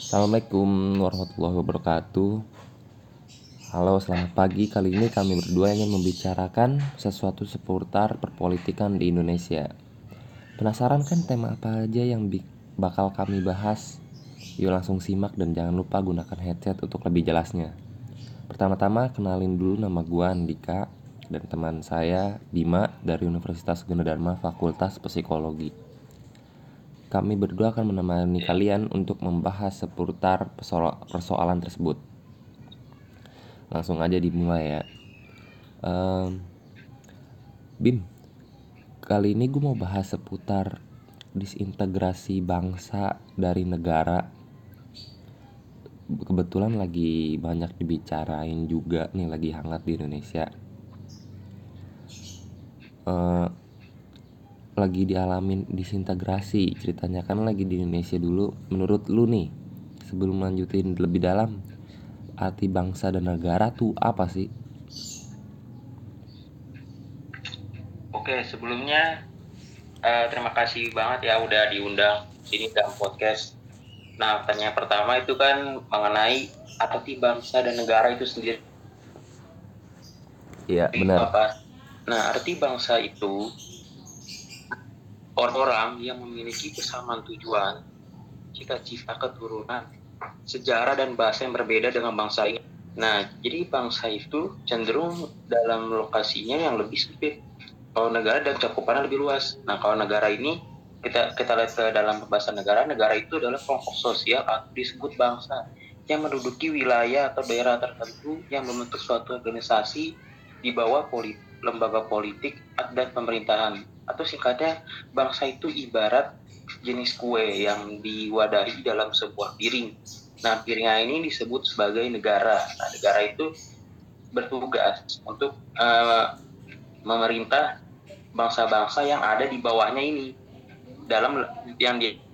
Assalamualaikum warahmatullahi wabarakatuh. Halo, selamat pagi. Kali ini kami berdua ingin membicarakan sesuatu seputar perpolitikan di Indonesia. Penasaran kan tema apa aja yang bakal kami bahas? Yuk langsung simak dan jangan lupa gunakan headset untuk lebih jelasnya. Pertama-tama kenalin dulu, nama gua Andika dan teman saya Bima dari Universitas Gunadarma Fakultas Psikologi. Kami berdua akan menemani kalian untuk membahas seputar persoalan tersebut. Langsung aja dimulai ya. Bim, kali ini gue mau bahas seputar disintegrasi bangsa dari negara. Kebetulan lagi banyak dibicarain juga nih, lagi hangat di Indonesia. Lagi dialamin disintegrasi, ceritanya kan lagi di Indonesia dulu. Menurut lu nih, sebelum lanjutin lebih dalam, arti bangsa dan negara tuh apa sih? Oke, sebelumnya terima kasih banget ya udah diundang sini dalam podcast. Nah, pertanyaan pertama itu kan mengenai arti bangsa dan negara itu sendiri Iya, itu benar. apa? Nah, arti bangsa itu orang-orang yang memiliki kesamaan tujuan, cita-cita keturunan, sejarah dan bahasa yang berbeda dengan bangsa ini. Nah, jadi bangsa itu cenderung dalam lokasinya yang lebih sempit. Kalau negara dan cakupannya lebih luas. Nah, kalau negara ini kita lihat ke dalam pembahasan negara, negara itu adalah kelompok sosial atau disebut bangsa yang menduduki wilayah atau daerah tertentu yang membentuk suatu organisasi di bawah lembaga politik dan pemerintahan. Atau singkatnya, bangsa itu ibarat jenis kue yang diwadahi dalam sebuah piring. Nah, piringnya ini disebut sebagai negara. Nah, negara itu bertugas untuk memerintah bangsa-bangsa yang ada di bawahnya ini dalam yang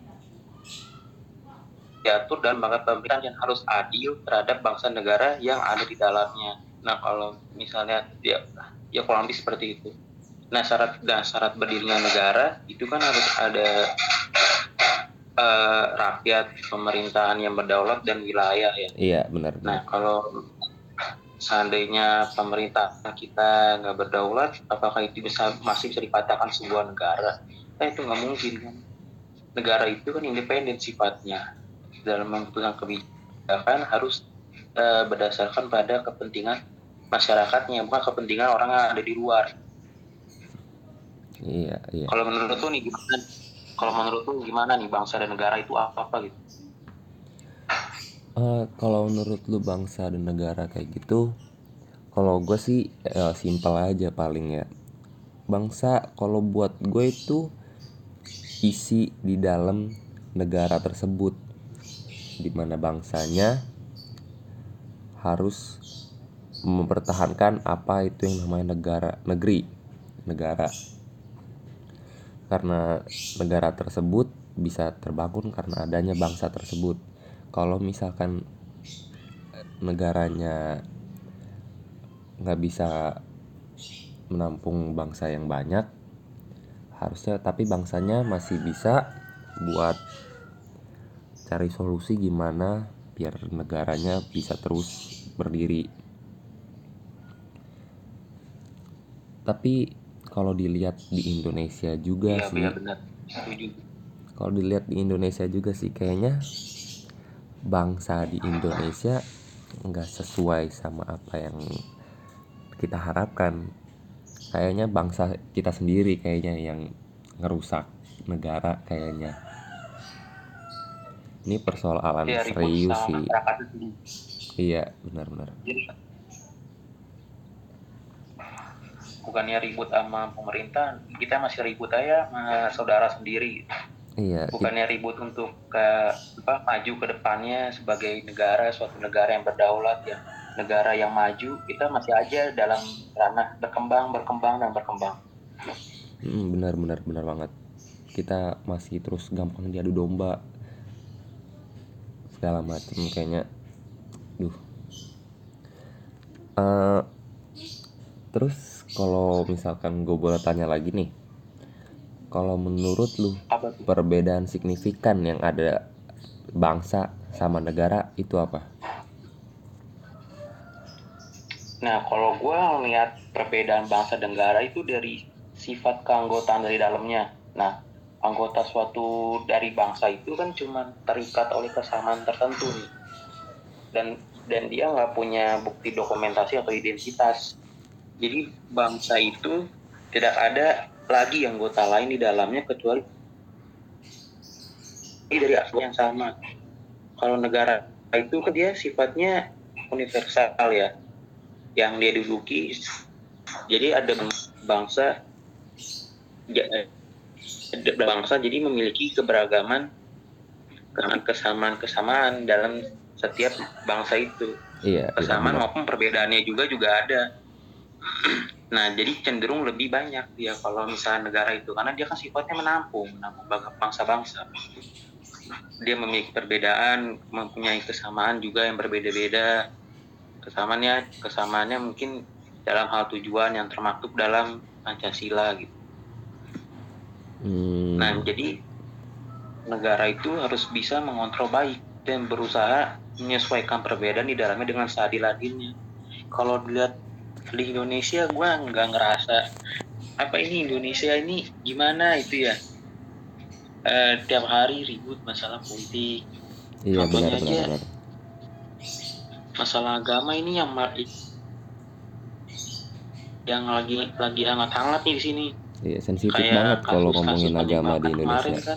diatur dalam lembaga pemerintahan yang harus adil terhadap bangsa negara yang ada di dalamnya. Nah, kalau misalnya ya kurang lebih seperti itu. Nah, syarat berdirinya negara itu kan harus ada rakyat, pemerintahan yang berdaulat dan wilayah ya. Iya, benar-benar. Nah, kalau seandainya pemerintah kita nggak berdaulat, apakah itu masih bisa dikatakan sebuah negara? Nah, itu nggak mungkin kan. Negara itu kan independen sifatnya. Dalam menentukan kebijakan harus berdasarkan pada kepentingan masyarakatnya, bukan kepentingan orang yang ada di luar. Iya, iya. Kalau menurut lu nih gimana? Kalau menurut lu gimana nih bangsa dan negara itu apa gitu? Kalau menurut lu bangsa dan negara kayak gitu, kalau gue sih simpel aja paling ya. Bangsa kalau buat gue itu isi di dalam negara tersebut, dimana bangsanya harus mempertahankan apa itu yang namanya negara. Karena negara tersebut bisa terbangun karena adanya bangsa tersebut. Kalau misalkan negaranya nggak bisa menampung bangsa yang banyak, harusnya tapi bangsanya masih bisa buat cari solusi gimana biar negaranya bisa terus berdiri. Tapi kalau dilihat di Indonesia juga Iya sih, benar-benar setuju. kalau dilihat di Indonesia juga sih kayaknya bangsa di Indonesia nggak sesuai sama apa yang kita harapkan. Kayaknya bangsa kita sendiri kayaknya yang ngerusak negara kayaknya. Ini persoalan Ya ribut serius sama sih. masyarakat itu. Iya, benar-benar. Jadi bukannya ribut sama pemerintah, kita masih ribut aja sama saudara sendiri. Iya, Bukannya ribut untuk maju ke depannya sebagai suatu negara yang berdaulat ya, negara yang maju, kita masih aja dalam ranah berkembang dan berkembang. benar-benar benar banget. Kita masih terus gampang diadu domba segala macam kayaknya. Duh. Eh, Terus kalau misalkan gue boleh tanya lagi nih, kalau menurut lu Apa tuh? perbedaan signifikan yang ada bangsa sama negara itu apa? Nah, kalau gue ngeliat perbedaan bangsa dan negara itu dari sifat keanggotaan dari dalamnya. Nah, anggota suatu dari bangsa itu kan cuma terikat oleh kesamaan tertentu nih. Dan dia nggak punya bukti dokumentasi atau identitas. Jadi bangsa itu tidak ada lagi anggota lain di dalamnya kecuali dari asal yang sama. Kalau negara itu kan dia sifatnya universal ya, yang dia duduki. Jadi ada bangsa jadi memiliki keberagaman, kesamaan dalam setiap bangsa itu. Iya, Kesamaan benar-benar. maupun perbedaannya juga ada. Nah, jadi cenderung lebih banyak dia kalau misalnya negara itu, karena dia kan sifatnya menampung bangsa-bangsa. Dia memiliki perbedaan, mempunyai kesamaan juga yang berbeda-beda. Kesamaannya mungkin dalam hal tujuan yang termaktub dalam Pancasila gitu. Nah, jadi negara itu harus bisa mengontrol baik dan berusaha menyesuaikan perbedaan di dalamnya dengan seadil-adilnya. Kalau dilihat di Indonesia, gue nggak ngerasa apa ini Indonesia ini gimana itu ya. Tiap hari ribut masalah politik. Iya, Contohnya benar-benar aja benar. masalah agama ini yang lagi hangat-hangat nih di sini. Iya, sensitif banget Kayak kalau kasus-kasus ngomongin agama di penembakan kemarin Indonesia. kan.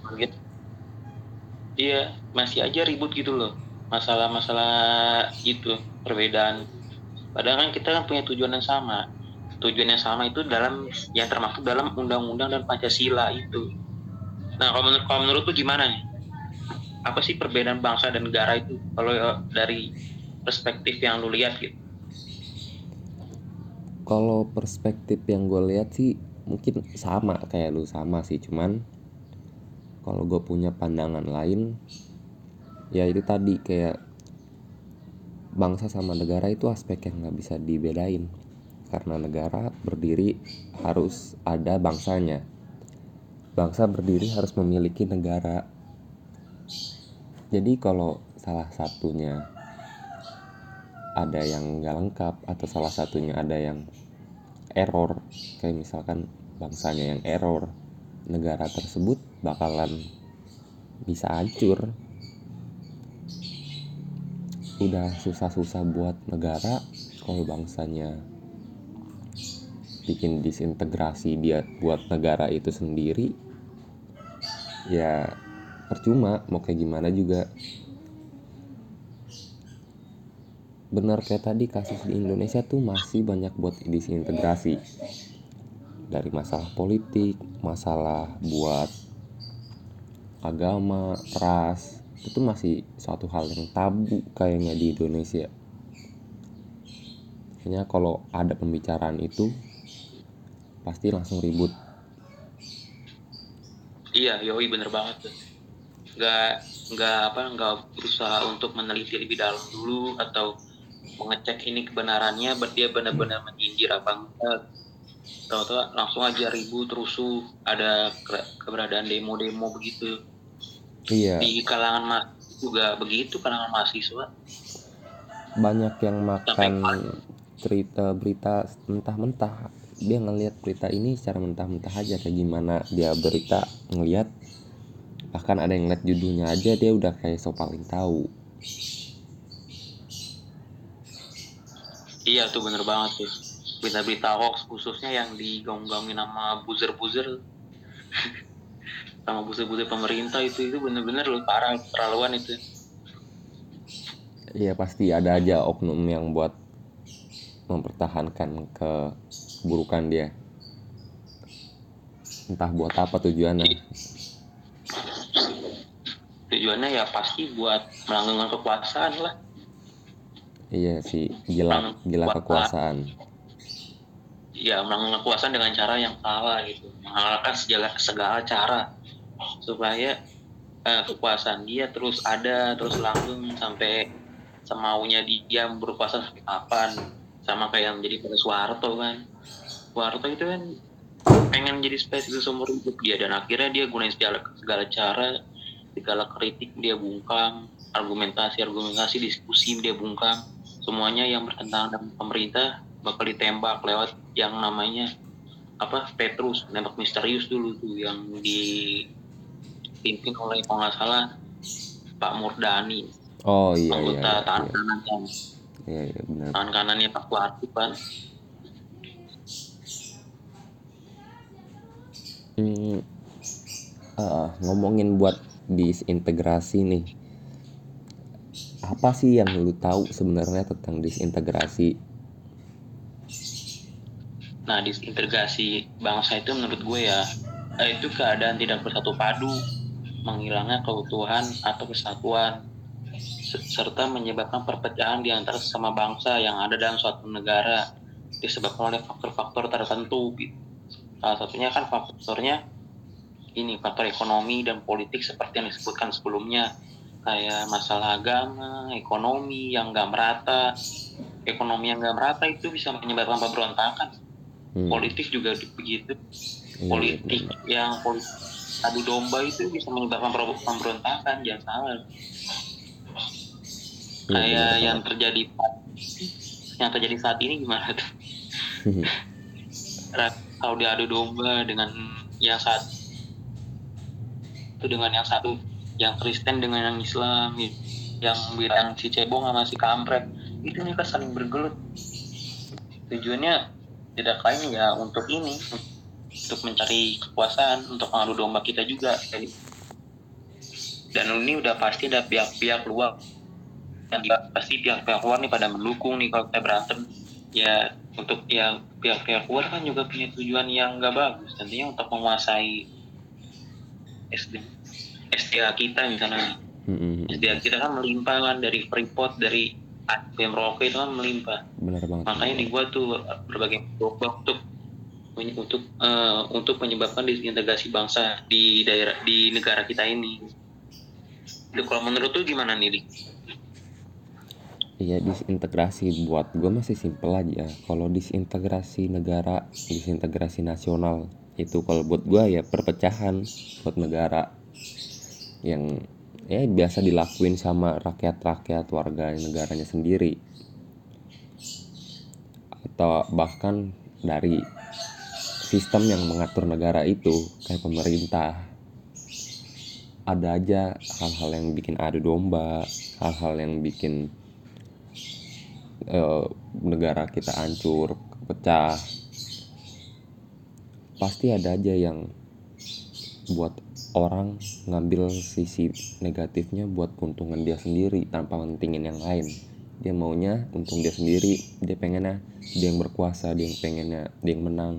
Iya, masih aja ribut gitu loh. Masalah-masalah itu, perbedaan. Padahal kan kita kan punya tujuan yang sama. Tujuan yang sama itu dalam yang termaktub dalam Undang-Undang dan Pancasila itu. Nah, kalau menurut lu gimana nih? Apa sih perbedaan bangsa dan negara itu? Kalau dari perspektif yang lu lihat gitu. Kalau perspektif yang gue lihat sih mungkin sama kayak lu, sama sih, cuman kalau gue punya pandangan lain, ya itu tadi, kayak bangsa sama negara itu aspek yang nggak bisa dibedain, karena negara berdiri harus ada bangsanya, bangsa berdiri harus memiliki negara. Jadi kalau salah satunya ada yang nggak lengkap atau salah satunya ada yang error, kayak misalkan bangsanya yang error, negara tersebut bakalan bisa hancur. Udah susah-susah buat negara, kalau bangsanya bikin disintegrasi dia buat negara itu sendiri, ya percuma mau kayak gimana juga. Benar kayak tadi, kasus di Indonesia tuh masih banyak buat disintegrasi, dari masalah politik, masalah buat agama, ras, itu masih suatu hal yang tabu kayaknya di Indonesia. Kayaknya kalau ada pembicaraan itu pasti langsung ribut. Iya, yoi bener banget tuh. Nggak berusaha untuk meneliti lebih dalam dulu atau mengecek ini kebenarannya, dia benar-benar menyindir apa enggak. Tahu-tahu langsung aja ribut rusuh, ada keberadaan demo-demo begitu. Iya, Di kalangan juga begitu, kalangan mahasiswa banyak yang sampai makan cerita berita mentah-mentah. Dia ngelihat berita ini secara mentah-mentah aja, kayak gimana dia berita ngelihat, bahkan ada yang ngeliat judulnya aja dia udah kayak so paling tahu. iya tuh bener banget tuh, berita-berita hoax khususnya yang digaung-gaungin sama buzzer-buzzer sama buzzer-buzzer pemerintah itu bener-bener loh parah, perlaluan itu. Iya, pasti ada aja oknum yang buat mempertahankan keburukan dia, entah buat apa tujuannya. Tujuannya ya pasti buat melanggengkan kekuasaan lah. Iya sih, gila gila kekuasaan. Ya melanggengkan kekuasaan dengan cara yang salah gitu, menghalalkan segala cara supaya kekuasaan dia terus ada, terus langgeng sampai semaunya dia berkuasa sampai kapan. Sama kayak yang menjadi pada Soeharto kan. Soeharto itu kan pengen jadi spesialis seumur hidup dia, dan akhirnya dia gunain segala cara, segala kritik dia bungkam argumentasi diskusi dia bungkam, semuanya yang bertentangan dengan pemerintah bakal ditembak lewat yang namanya Petrus, nembak misterius dulu tuh yang dipimpin oleh kalau nggak salah Pak Murdani, Oh iya iya anggota iya tahan iya kanan kan, iya iya benar. tahan kanannya Pak Kuatu kan. Hmm, ngomongin buat disintegrasi nih, apa sih yang lu tahu sebenarnya tentang disintegrasi? Nah, disintegrasi bangsa itu menurut gue ya, itu keadaan tidak bersatu padu, menghilangnya keutuhan atau kesatuan, serta menyebabkan perpecahan di antara sesama bangsa yang ada dalam suatu negara disebabkan oleh faktor-faktor tertentu gitu. Salah satunya kan faktornya ini faktor ekonomi dan politik seperti yang disebutkan sebelumnya, kayak masalah agama, ekonomi yang nggak merata. Ekonomi yang nggak merata itu bisa menyebabkan pemberontakan. Hmm, Politik juga begitu. iya iya Politik benar. yang adu domba itu bisa menyebabkan pemberontakan, jangan salah. Iya benar Kayak banget. yang terjadi saat ini gimana tuh? Kalau diadu domba dengan yang satu dengan yang satu, yang Kristen dengan yang Islam, yang bilang si cebong sama si kampret, itu mereka saling bergelut. Tujuannya tidak lain ya untuk ini, untuk mencari kekuasaan, untuk mengadu domba kita juga. Dan ini udah pasti ada pihak-pihak luar, yang pasti pihak-pihak luar nih pada mendukung nih kalau kita berantem. Ya untuk yang pihak-pihak luar kan juga punya tujuan yang nggak bagus, tentunya untuk menguasai SDA kita misalnya. SDA kita kan melimpah kan, dari Freeport, dari Merauke itu kan melimpah. Benar banget benar Makanya banget. dibuat tuh berbagai program untuk menyebabkan disintegrasi bangsa di negara kita ini. Itu kalau menurut tuh gimana nih, Dik? Iya, disintegrasi buat gue masih simpel aja. Kalau disintegrasi negara, disintegrasi nasional, itu kalau buat gue ya perpecahan buat negara yang ya biasa dilakuin sama rakyat-rakyat warga negaranya sendiri, atau bahkan dari sistem yang mengatur negara itu kayak pemerintah. Ada aja hal-hal yang bikin adu domba, hal-hal yang bikin negara kita hancur, pecah. Pasti ada aja yang buat orang ngambil sisi negatifnya buat keuntungan dia sendiri tanpa mentingin yang lain. Dia maunya untung dia sendiri, dia pengennya dia yang berkuasa, dia yang pengennya dia yang menang.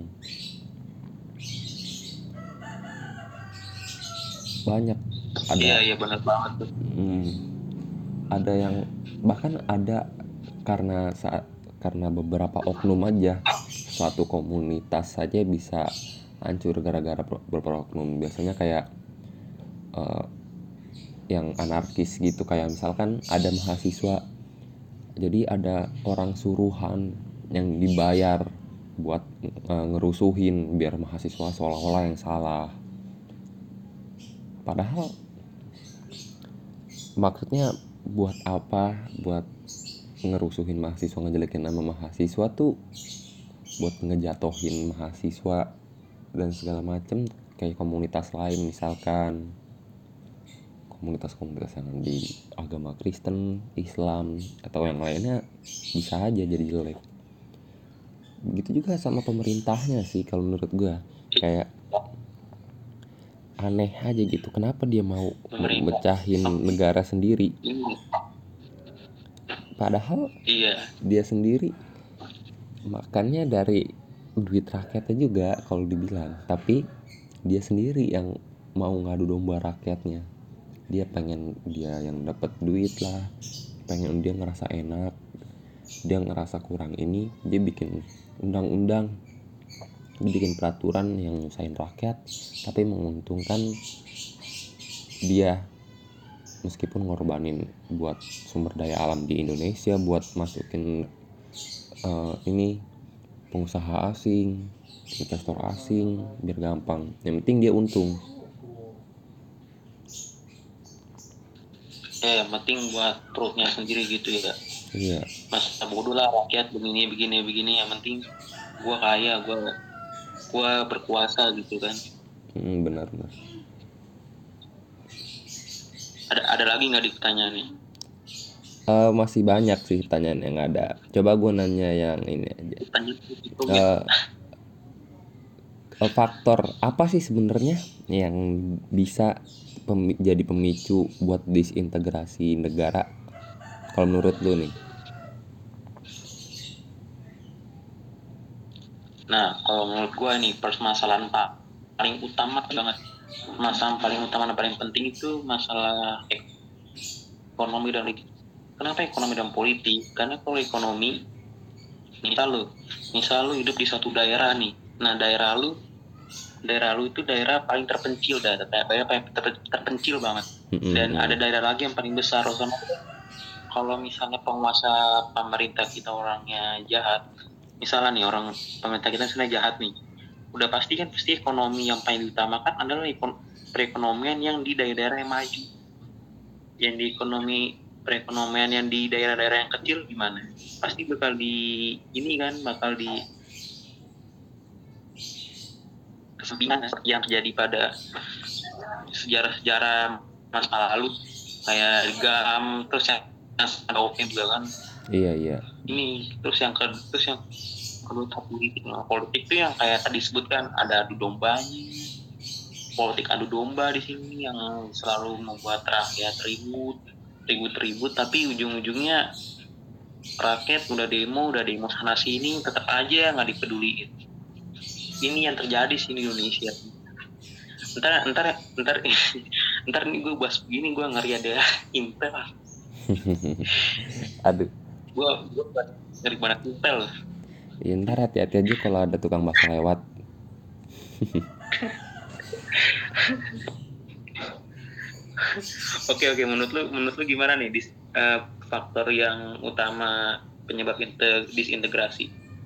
Banyak Iya, ada iya benar banget tuh. hmm, ada yang bahkan ada karena karena beberapa oknum aja suatu komunitas saja bisa hancur gara-gara beberapa oknum. Biasanya kayak eh, yang anarkis gitu, kayak misalkan ada mahasiswa, jadi ada orang suruhan yang dibayar buat ngerusuhin biar mahasiswa seolah-olah yang salah, padahal maksudnya buat apa, buat ngerusuhin mahasiswa, ngejelekin nama mahasiswa tuh buat ngejatohin mahasiswa dan segala macem. Kayak komunitas lain, misalkan komunitas-komunitas yang di agama Kristen, Islam, atau yang lainnya, bisa aja jadi jelek. Gitu juga sama pemerintahnya sih kalau menurut gue. Kayak aneh aja gitu, kenapa dia mau Pemerintah. mecahin negara sendiri, padahal Iya, dia sendiri makannya dari duit rakyatnya juga kalau dibilang. Tapi dia sendiri yang mau ngadu domba rakyatnya. Dia pengen dia yang dapat duit lah, pengen dia ngerasa enak, dia ngerasa kurang ini, dia bikin undang-undang, dia bikin peraturan yang nyusahin rakyat tapi menguntungkan dia, meskipun ngorbanin buat sumber daya alam di Indonesia, buat masukin ini pengusaha asing, investor asing biar gampang, yang penting dia untung. ya yang penting buat perutnya sendiri gitu ya. Iya. Masa bodoh lah rakyat begini yang penting gua kaya, gua berkuasa gitu kan. Benar-benar. Ada lagi nggak di pertanyaan nih? Masih banyak sih pertanyaan yang ada. Coba gue nanya yang ini aja. Lanjut itu ya. Eh, Faktor apa sih sebenarnya yang bisa jadi pemicu buat disintegrasi negara? Kalau menurut lu nih? Nah, kalau menurut gua nih permasalahan paling utama banget, masalah paling utama dan paling penting itu masalah ekonomi dan politik. Kenapa ekonomi dan politik? Karena kalau ekonomi, misal lu hidup di suatu daerah nih. Nah, daerah lu itu daerah paling terpencil, daerah paling terpencil banget. Dan ada daerah lagi yang paling besar. Sama kalau misalnya penguasa pemerintah kita orangnya jahat, misalnya nih orang pemerintah kita misalnya jahat nih, udah pasti ekonomi yang paling diutamakan adalah perekonomian yang di daerah-daerah yang maju. Yang di perekonomian yang di daerah-daerah yang kecil gimana? Pasti bakal bakal di kesampingan yang terjadi pada sejarah-sejarah masa lalu kayak GAM, terus yang ada OPM juga kan. Iya, iya. Ini terus yang kedua politik. Nah, politik itu yang kayak tadi disebutkan ada adu dombanya, politik adu domba di sini yang selalu membuat rakyat ribut tapi ujung-ujungnya rakyat udah demo sana sini tetap aja nggak dipeduliin. Ini yang terjadi sih di Indonesia. Ntar nih gue bahas begini gue ngeri ada intel. Aduh. gue ngeri banget intel. Ya, ntar hati-hati aja kalau ada tukang bakso lewat. Oke, menurut lu gimana nih faktor yang utama penyebab disintegrasi?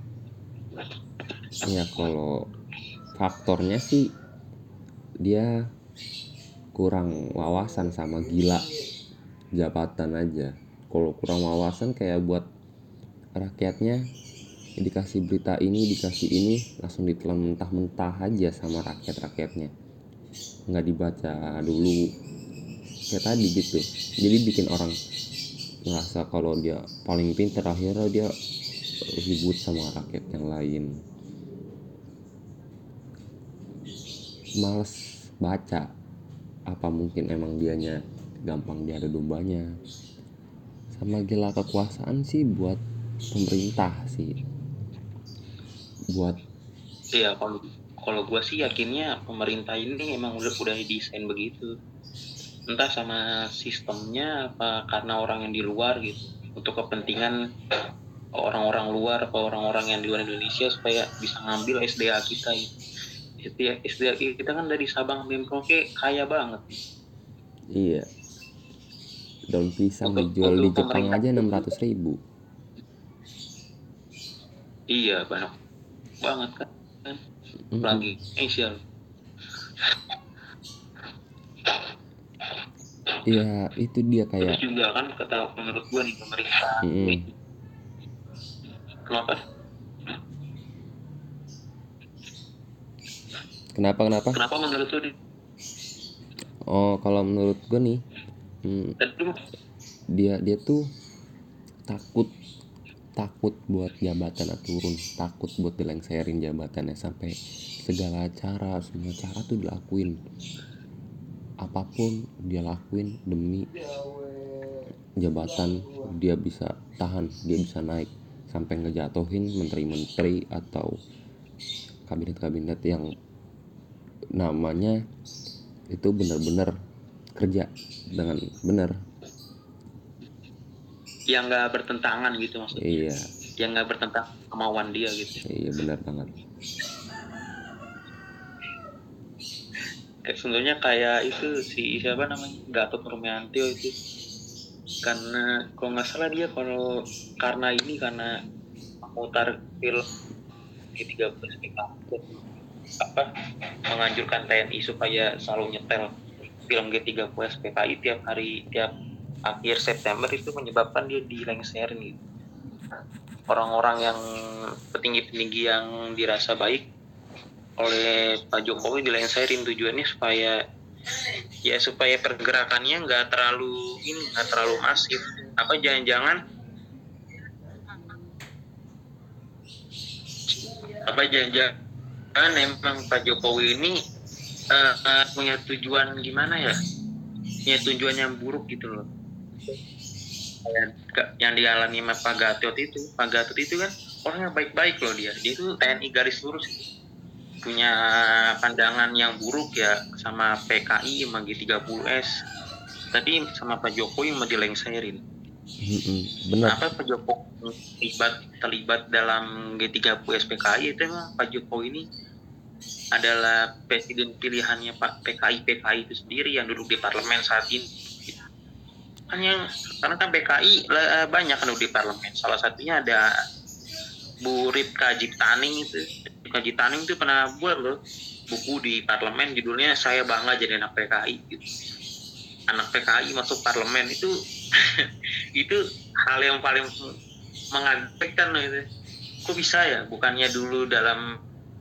Ya kalau faktornya sih dia kurang wawasan sama gila jabatan aja. Kalau kurang wawasan kayak buat rakyatnya dikasih berita ini, dikasih ini, langsung ditelan mentah-mentah aja sama rakyatnya, nggak dibaca dulu kayak tadi gitu. Jadi bikin orang ngerasa kalau dia paling pintar, akhirnya dia ribut sama rakyat yang lain, males baca. Apa mungkin emang dianya gampang diadu dombanya? Sama gila kekuasaan sih buat pemerintah sih, buat Iya, kalau gue sih yakinnya pemerintah ini emang udah desain begitu. Entah sama sistemnya apa karena orang yang di luar gitu. Untuk kepentingan orang-orang luar atau orang-orang yang di luar Indonesia supaya bisa ngambil SDA kita gitu. SDA kita kan dari Sabang sampai Merauke kaya banget. iya, daun pisang Untuk dijual di Jepang pemerintah aja itu 600.000. iya banyak banget kan. Lagi Asia. Iya, itu dia Terus kayak juga kan kata menurut gue nih pemerintah kenapa kenapa. kenapa menurut lu Oh, kalau menurut gue nih, dia tuh takut takut buat jabatannya turun, takut buat dilengserin jabatannya, sampai semua cara tuh dilakuin, apapun dia lakuin demi jabatan. Dia bisa tahan, dia bisa naik sampai ngejatuhin menteri-menteri atau kabinet-kabinet yang namanya itu benar-benar kerja dengan benar. yang nggak bertentangan gitu maksudnya, Iya, yang nggak bertentangan kemauan dia gitu. iya benar banget. Sebenarnya kayak itu si siapa namanya Gatot Nurmantio itu, karena kalau nggak salah dia karena memutar film G30 apa menganjurkan TNI supaya selalu nyetel film G30 SPKI tiap hari akhir September itu menyebabkan dia dilengserin gitu. Orang-orang yang petinggi-petinggi yang dirasa baik oleh Pak Jokowi dilengserin, tujuannya supaya pergerakannya nggak terlalu masif. Apa jangan-jangan emang Pak Jokowi ini punya tujuan gimana ya? Punya tujuan yang buruk gitu loh. Yang dialami sama Pak Gatot itu kan orangnya baik-baik loh dia. Dia itu TNI garis lurus, punya pandangan yang buruk ya sama PKI sama G30S. Tapi sama Pak Jokowi mau dilengserin. Benar. Apa Pak Jokowi terlibat dalam G30S PKI, itu emang Pak Jokowi ini adalah presiden pilihannya Pak PKI itu sendiri yang duduk di parlemen saat ini. Karena kan PKI banyak kan duduk di parlemen. Salah satunya ada Bu Ripka Jiptaning itu. Ripka Jiptaning itu pernah buat loh buku di parlemen, judulnya Saya Bangga Jadi Anak PKI gitu. Anak PKI masuk parlemen itu itu hal yang paling mengagetkan loh itu. Kok bisa ya? Bukannya dulu dalam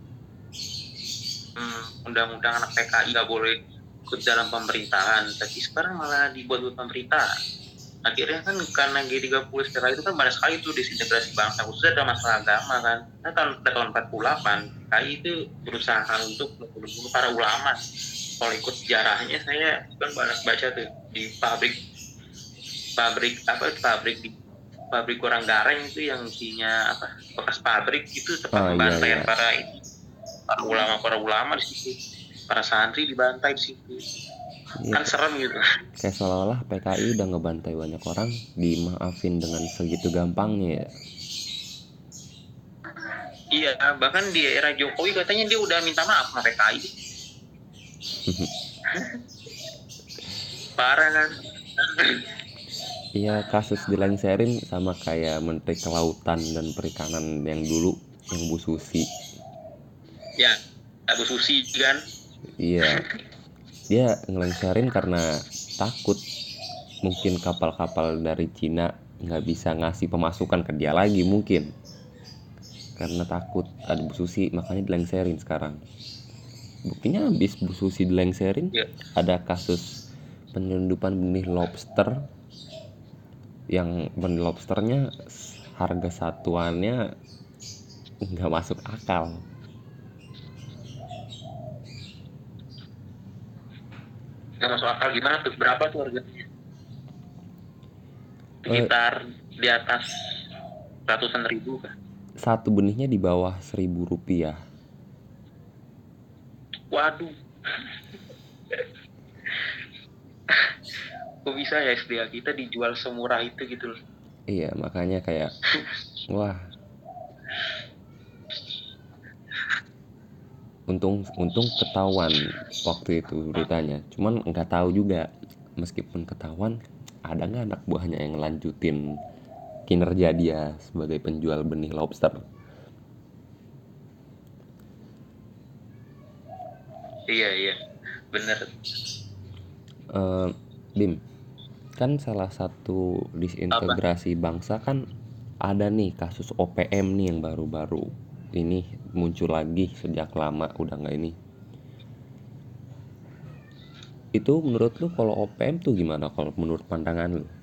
undang-undang anak PKI nggak boleh ikut dalam pemerintahan, tapi sekarang malah dibuat pemerintahan. Akhirnya kan karena G30 PKI itu kan banyak sekali tuh disintegrasi bangsa, khususnya dalam masalah agama kan. Nah, tahun 48 PKI itu berusaha untuk membunuh para ulama. Kalau ikut sejarahnya saya kan banyak baca tuh di pabrik orang gareng itu yang isinya bekas pabrik itu tempat pembantaian para ulama di situ, para santri dibantai di situ. Kan serem gitu. Kayak seolah-olah PKI udah ngebantai banyak orang, dimaafin dengan segitu gampangnya ya. Iya, bahkan di era Jokowi katanya dia udah minta maaf sama PKI. Parah kan. Iya, kasus dilengserin sama kayak Menteri Kelautan dan Perikanan yang dulu, yang Bu Susi. Ya, Bu Susi kan. Iya, dia ngelengserin karena takut mungkin kapal-kapal dari Cina nggak bisa ngasih pemasukan ke dia lagi mungkin. Karena takut ada Bu Susi, makanya dilengserin sekarang. Buktinya habis Bu Susi dilengserin, ada kasus penyelundupan benih lobster, yang benih lobsternya harga satuannya nggak masuk akal. Nggak masuk akal gimana tuh? Berapa tuh harganya? Sekitar di atas ratusan ribu kan? Satu benihnya di bawah Rp1.000. Waduh. Kok bisa ya SDA kita dijual semurah itu gitu loh. Iya, makanya kayak wah, untung ketahuan waktu itu beritanya. Cuman nggak tahu juga, meskipun ketahuan, ada nggak anak buahnya yang ngelanjutin kinerja dia sebagai penjual benih lobster. Iya bener. Bim, kan salah satu disintegrasi bangsa kan ada nih kasus OPM nih yang baru-baru ini muncul lagi, sejak lama udah nggak ini. Itu menurut lu kalau OPM tuh gimana kalau menurut pandangan lu?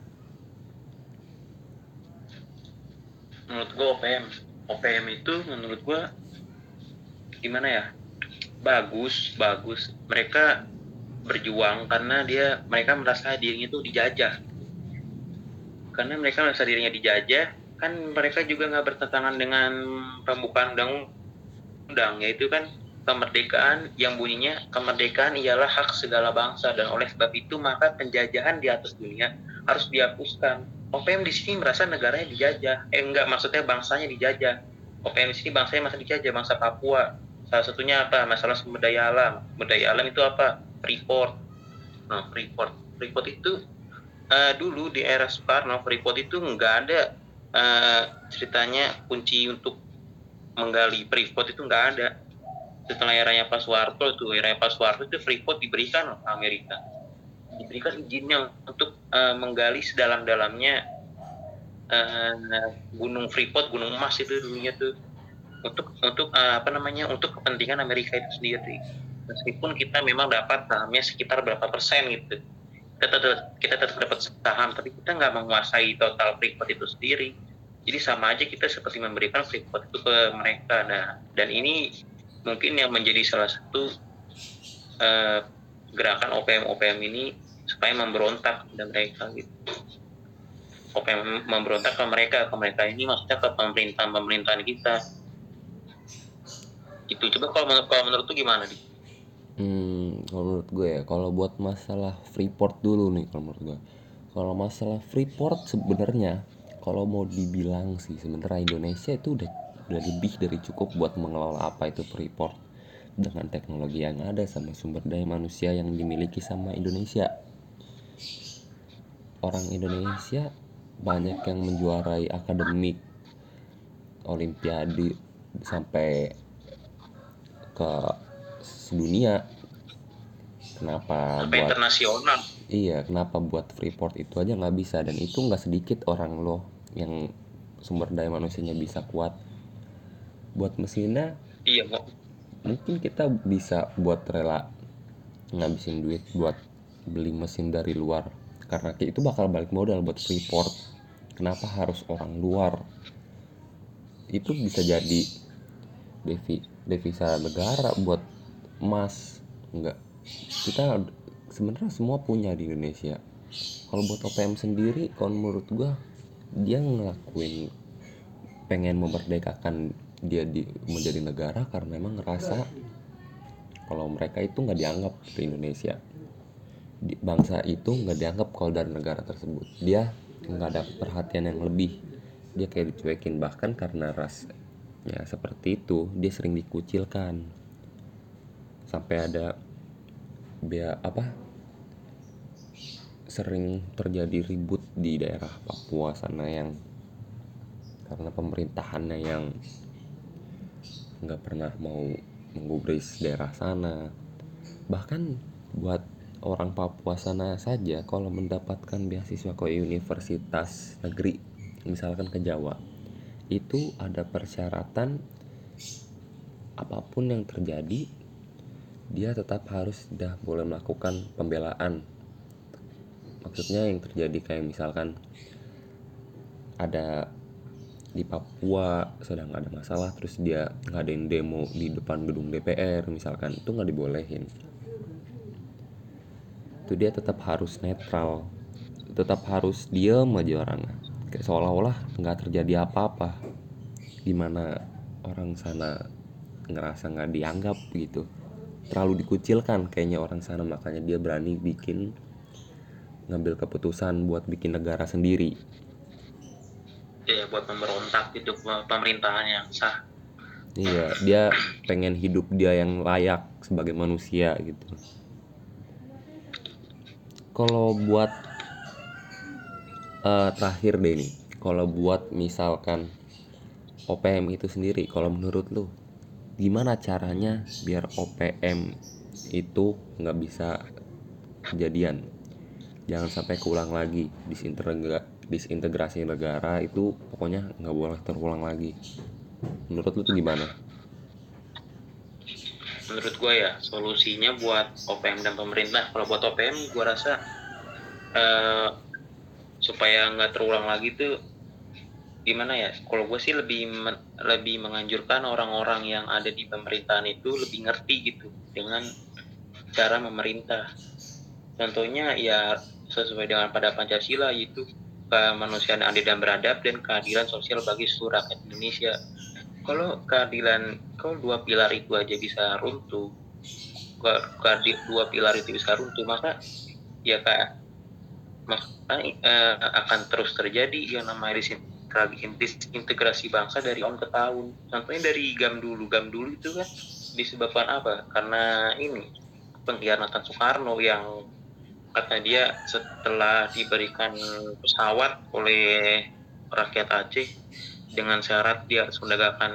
Menurut gua OPM itu menurut gua gimana ya? Bagus. Mereka berjuang karena mereka merasa dirinya itu dijajah. Karena mereka merasa dirinya dijajah, kan mereka juga nggak bertentangan dengan pembukaan undang-undang, yaitu kan kemerdekaan, yang bunyinya kemerdekaan ialah hak segala bangsa, dan oleh sebab itu maka penjajahan di atas dunia harus dihapuskan. OPM di sini merasa negaranya dijajah, maksudnya bangsanya dijajah. OPM di sini bangsanya masa dijajah, bangsa Papua. Salah satunya apa? Masalah sumber daya alam. Sumber daya alam itu apa? Freeport. Nah, Freeport itu dulu di era Soekarno, Freeport itu nggak ada ceritanya kunci untuk menggali Freeport itu nggak ada. Setelah eranya Pak Soeharto itu Freeport diberikan ke Amerika. diberikan izinnya untuk menggali sedalam-dalamnya gunung Freeport, gunung emas itu dulunya tuh, untuk untuk kepentingan Amerika itu sendiri. Meskipun kita memang dapat sahamnya sekitar berapa persen gitu, kita tetap dapat saham, tapi kita nggak menguasai total Freeport itu sendiri. Jadi sama aja kita seperti memberikan Freeport itu ke mereka. Nah, dan ini mungkin yang menjadi salah satu gerakan OPM ini supaya memberontak pada mereka gitu. OPM memberontak ke mereka ini maksudnya ke pemerintahan kita. Itu coba kalau menurut tuh gimana nih? Kalau menurut gue ya, kalau buat masalah Freeport dulu nih, kalau menurut gue, kalau masalah Freeport sebenarnya, kalau mau dibilang sih sebenarnya Indonesia itu udah lebih dari cukup buat mengelola apa itu Freeport dengan teknologi yang ada sama sumber daya manusia yang dimiliki sama Indonesia. Orang Indonesia banyak yang menjuarai akademik, olimpiade sampai ke sedunia. Kenapa Sampai buat internasional. Iya, kenapa buat Freeport itu aja nggak bisa, dan itu nggak sedikit orang loh yang sumber daya manusianya bisa kuat. Buat mesinnya Iya, mungkin kita bisa buat rela ngabisin duit buat beli mesin dari luar, karena itu bakal balik modal buat Freeport. Kenapa harus orang luar? Itu bisa jadi devisa negara buat emas. Enggak, kita sebenarnya semua punya di Indonesia. Kalau buat OPM sendiri, kalau menurut gua dia ngelakuin pengen memerdekakan dia menjadi negara karena memang ngerasa kalau mereka itu nggak dianggap di Indonesia, bangsa itu nggak dianggap kalau dari negara tersebut, dia nggak ada perhatian yang lebih, dia kayak dicuekin, bahkan karena ras ya seperti itu dia sering dikucilkan, sampai ada sering terjadi ribut di daerah Papua sana yang karena pemerintahannya yang nggak pernah mau menggubris daerah sana. Bahkan buat orang Papua sana saja kalau mendapatkan beasiswa ke universitas negeri, misalkan ke Jawa, itu ada persyaratan, apapun yang terjadi dia tetap harus sudah boleh melakukan pembelaan. Maksudnya yang terjadi kayak misalkan ada di Papua sedang ada masalah, terus dia ngadain demo di depan gedung DPR misalkan, itu nggak dibolehin. Itu dia tetap harus netral, tetap harus diem aja orangnya, kayak seolah-olah nggak terjadi apa-apa, dimana orang sana ngerasa nggak dianggap gitu, terlalu dikucilkan kayaknya orang sana, makanya dia berani ngambil keputusan buat bikin negara sendiri. ya buat memberontak gitu pemerintahan yang sah. Iya, dia pengen hidup dia yang layak sebagai manusia gitu. Kalau buat terakhir deh nih, kalau buat misalkan OPM itu sendiri, kalau menurut lu gimana caranya biar OPM itu nggak bisa kejadian, jangan sampai keulang lagi, disintegrasi negara itu pokoknya nggak boleh terulang lagi. Menurut lu tuh gimana? Menurut gue ya solusinya buat OPM dan pemerintah, kalau buat OPM gue rasa supaya nggak terulang lagi tuh gimana ya, kalau gue sih lebih menganjurkan orang-orang yang ada di pemerintahan itu lebih ngerti gitu dengan cara memerintah. Contohnya ya sesuai dengan pada Pancasila, yaitu kemanusiaan adil dan beradab dan keadilan sosial bagi seluruh rakyat Indonesia. Kalau dua pilar itu aja bisa runtuh, dua pilar itu bisa runtuh, maka ya kak akan terus terjadi yang namanya disintegrasi bangsa dari tahun ke tahun. Contohnya dari gam dulu itu kan disebabkan apa? Karena ini pengkhianatan Soekarno yang kata dia setelah diberikan pesawat oleh rakyat Aceh dengan syarat dia harus menegakkan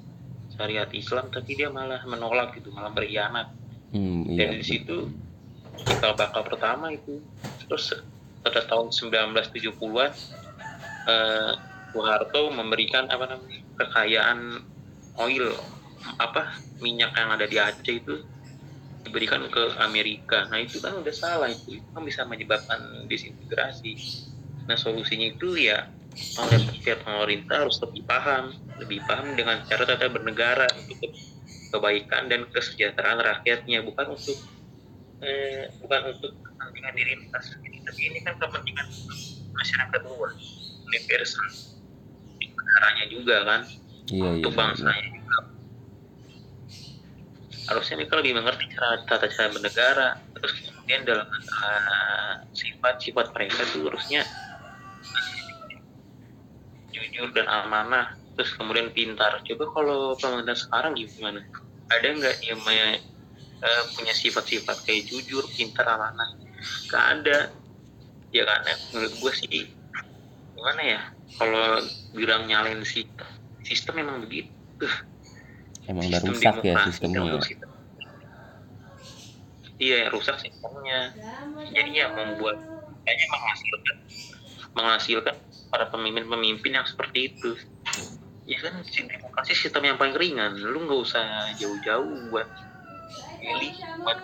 syariat Islam, tapi dia malah menolak gitu, malah berkhianat. Iya Dan di situ betul. cikal bakal pertama itu. Terus pada tahun 1970-an Soeharto memberikan kekayaan oil minyak yang ada di Aceh itu diberikan ke Amerika. Nah itu kan udah salah, itu kan bisa menyebabkan disintegrasi. Nah solusinya itu ya oleh pihak pemerintah harus lebih paham dengan cara tata bernegara untuk kebaikan dan kesejahteraan rakyatnya, bukan untuk kepentingan diri mereka sendiri, tapi ini kan kepentingan masyarakat luas, universal, negaranya juga kan, Iya untuk benar-benar. bangsanya. Harusnya mereka lebih mengerti tata cara bernegara, terus kemudian dalam sifat-sifat mereka tuh harusnya jujur dan amanah, terus kemudian pintar. Coba kalau pemerintah sekarang gimana? Ada nggak yang punya sifat-sifat kayak jujur, pintar, amanah? Gak ada, ya kan? Menurut gue sih gimana ya? Kalau bilang nyalain sistem memang begitu. Emang udah Sistem rusak ya demokrasi kan sistemnya untuk ya. sistem, iya rusak sistemnya. Jadinya membuat kayaknya menghasilkan para pemimpin-pemimpin yang seperti itu. Ya kan demokrasi sistem yang paling ringan, lu nggak usah jauh-jauh buat pilih, buat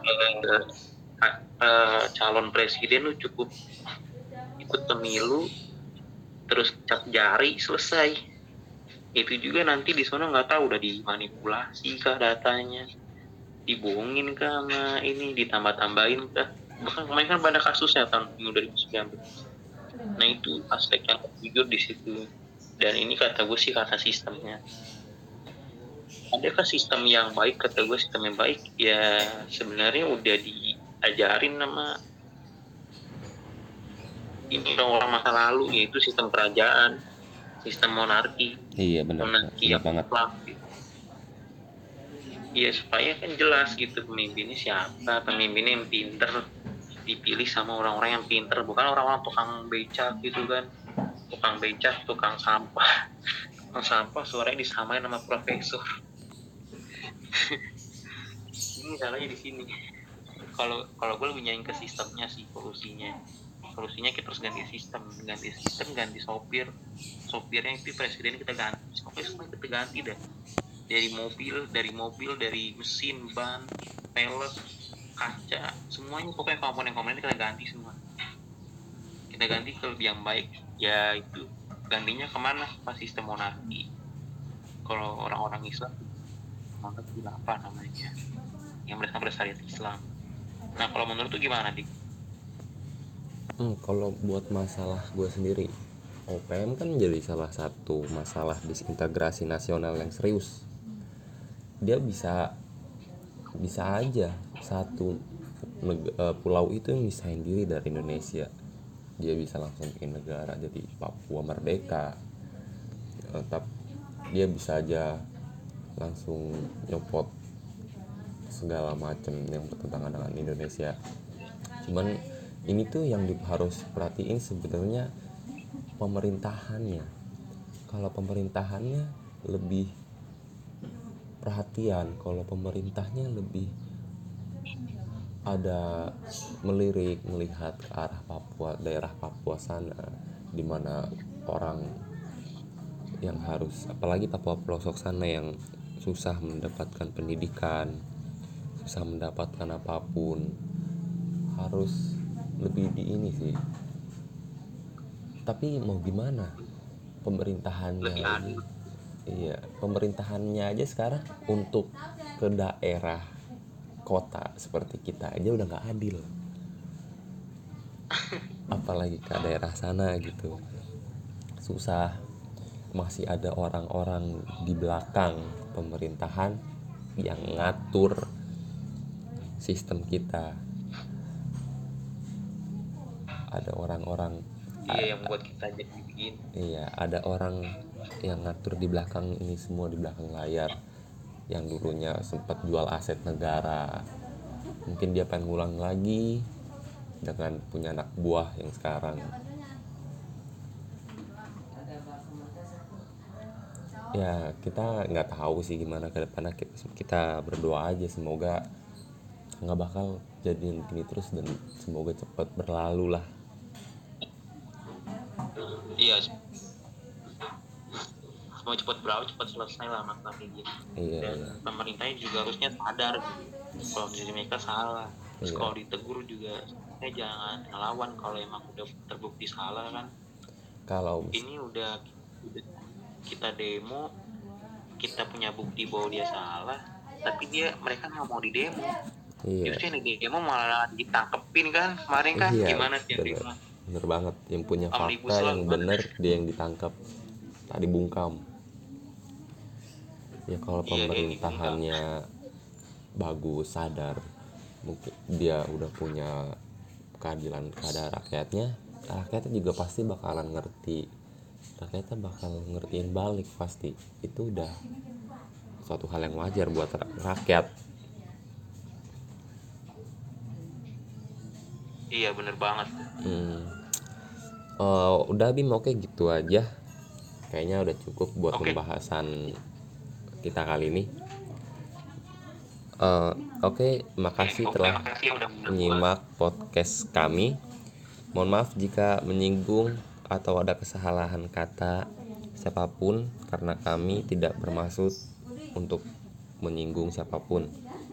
calon presiden, lu cukup ikut pemilu terus cap jari selesai. Itu juga nanti di sana nggak tahu udah dimanipulasi kah datanya, dibohongin kah sama ini, ditambah-tambahin kah. Bahkan kemarin kan pada kasusnya tahun 2019. Nah itu aspek yang jujur di situ. Dan ini kata gue sih kata sistemnya. Adakah sistem yang baik? Kata gue sistem yang baik ya sebenarnya udah diajarin sama ini orang masa lalu, yaitu sistem kerajaan, sistem monarki, Iya benar monarki benar yang banget. mutlak gitu. Ya supaya kan jelas gitu pemimpinnya siapa, pemimpinnya yang pinter, dipilih sama orang-orang yang pinter, bukan orang-orang tukang becak gitu kan, tukang becak, tukang sampah, tukang sampah suaranya disamain sama profesor. Ini salahnya di sini. Kalau gue lebih nyaring ke sistemnya sih, solusinya kita harus ganti sopir, sopirnya itu presiden kita ganti, pokoknya semua kita ganti deh, dari mesin, ban, pelek, kaca, semuanya pokoknya komponen-komponen kita ganti semua, kita ganti ke lebih yang baik. Ya itu gantinya kemana? Pas sistem monarki. Kalau orang-orang Islam monarki apa namanya, yang berdasarkan Islam. Nah kalau menurut tuh gimana dik? Kalau buat masalah gue sendiri, OPM kan menjadi salah satu masalah disintegrasi nasional yang serius. Dia bisa bisa aja satu pulau itu yang misahin diri dari Indonesia, dia bisa langsung bikin negara jadi Papua merdeka. Tapi dia bisa aja langsung nyopot segala macam yang bertentangan dengan Indonesia. Cuman ini tuh yang harus perhatiin sebenarnya pemerintahannya. Kalau pemerintahannya lebih perhatian, kalau pemerintahnya lebih ada melirik melihat ke arah Papua, daerah Papua sana, dimana orang yang harus, apalagi Papua pelosok sana yang susah mendapatkan pendidikan, susah mendapatkan apapun, harus lebih di ini sih. Tapi mau gimana, pemerintahannya Lebih aja, adil. iya pemerintahannya aja sekarang untuk ke daerah kota seperti kita aja udah nggak adil, apalagi ke daerah sana gitu. Susah, masih ada orang-orang di belakang pemerintahan yang ngatur sistem kita. Ada orang-orang, Iya yang membuat kita jadi begini. iya ada orang yang ngatur di belakang ini semua, di belakang layar, yang dulunya sempat jual aset negara, mungkin dia pengen ngulang lagi dengan punya anak buah yang sekarang. Ya kita nggak tahu sih gimana ke depannya, kita berdoa aja semoga nggak bakal jadi gini terus, dan semoga cepat berlalu lah. Iya, mau cepat berlalu, cepat selesai lah masalah kayak gitu. Iya, Dan iya. pemerintahnya juga harusnya sadar kalau misalnya mereka salah. Terus Iya. kalau ditegur juga, jangan ngelawan kalau emang udah terbukti salah kan. Kalau Ini udah kita demo, kita punya bukti bahwa dia salah, tapi mereka nggak mau di demo. iya, Justru yang di demo malah ditangkepin kan. Kemarin kan iya, gimana sih yang bener, demo bener banget. Yang punya Omnibus fakta, Law yang kan? bener, dia yang ditangkap, tadi bungkam. Ya kalau Iya, dia yang dibungkam. pemerintahannya bagus, sadar, mungkin dia udah punya keadilan kepada rakyatnya, rakyatnya juga pasti bakalan ngerti, rakyatnya bakal ngertiin balik pasti. Itu udah suatu hal yang wajar buat rakyat. Iya, bener banget. Udah Bim, oke gitu aja kayaknya, udah cukup buat Oke. pembahasan kita kali ini. Oke, makasih telah Makasih udah menyimak podcast kami. Mohon maaf jika menyinggung atau ada kesalahan kata siapapun, karena kami tidak bermaksud untuk menyinggung siapapun.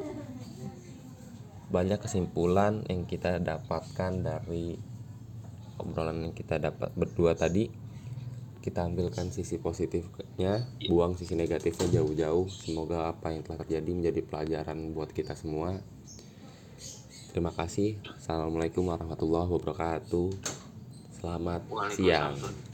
Banyak kesimpulan yang kita dapatkan dari obrolan yang kita dapat berdua tadi. Kita ambilkan sisi positifnya, buang sisi negatifnya jauh-jauh. Semoga apa yang telah terjadi menjadi pelajaran buat kita semua. Terima kasih. Assalamualaikum warahmatullahi wabarakatuh. Selamat siang.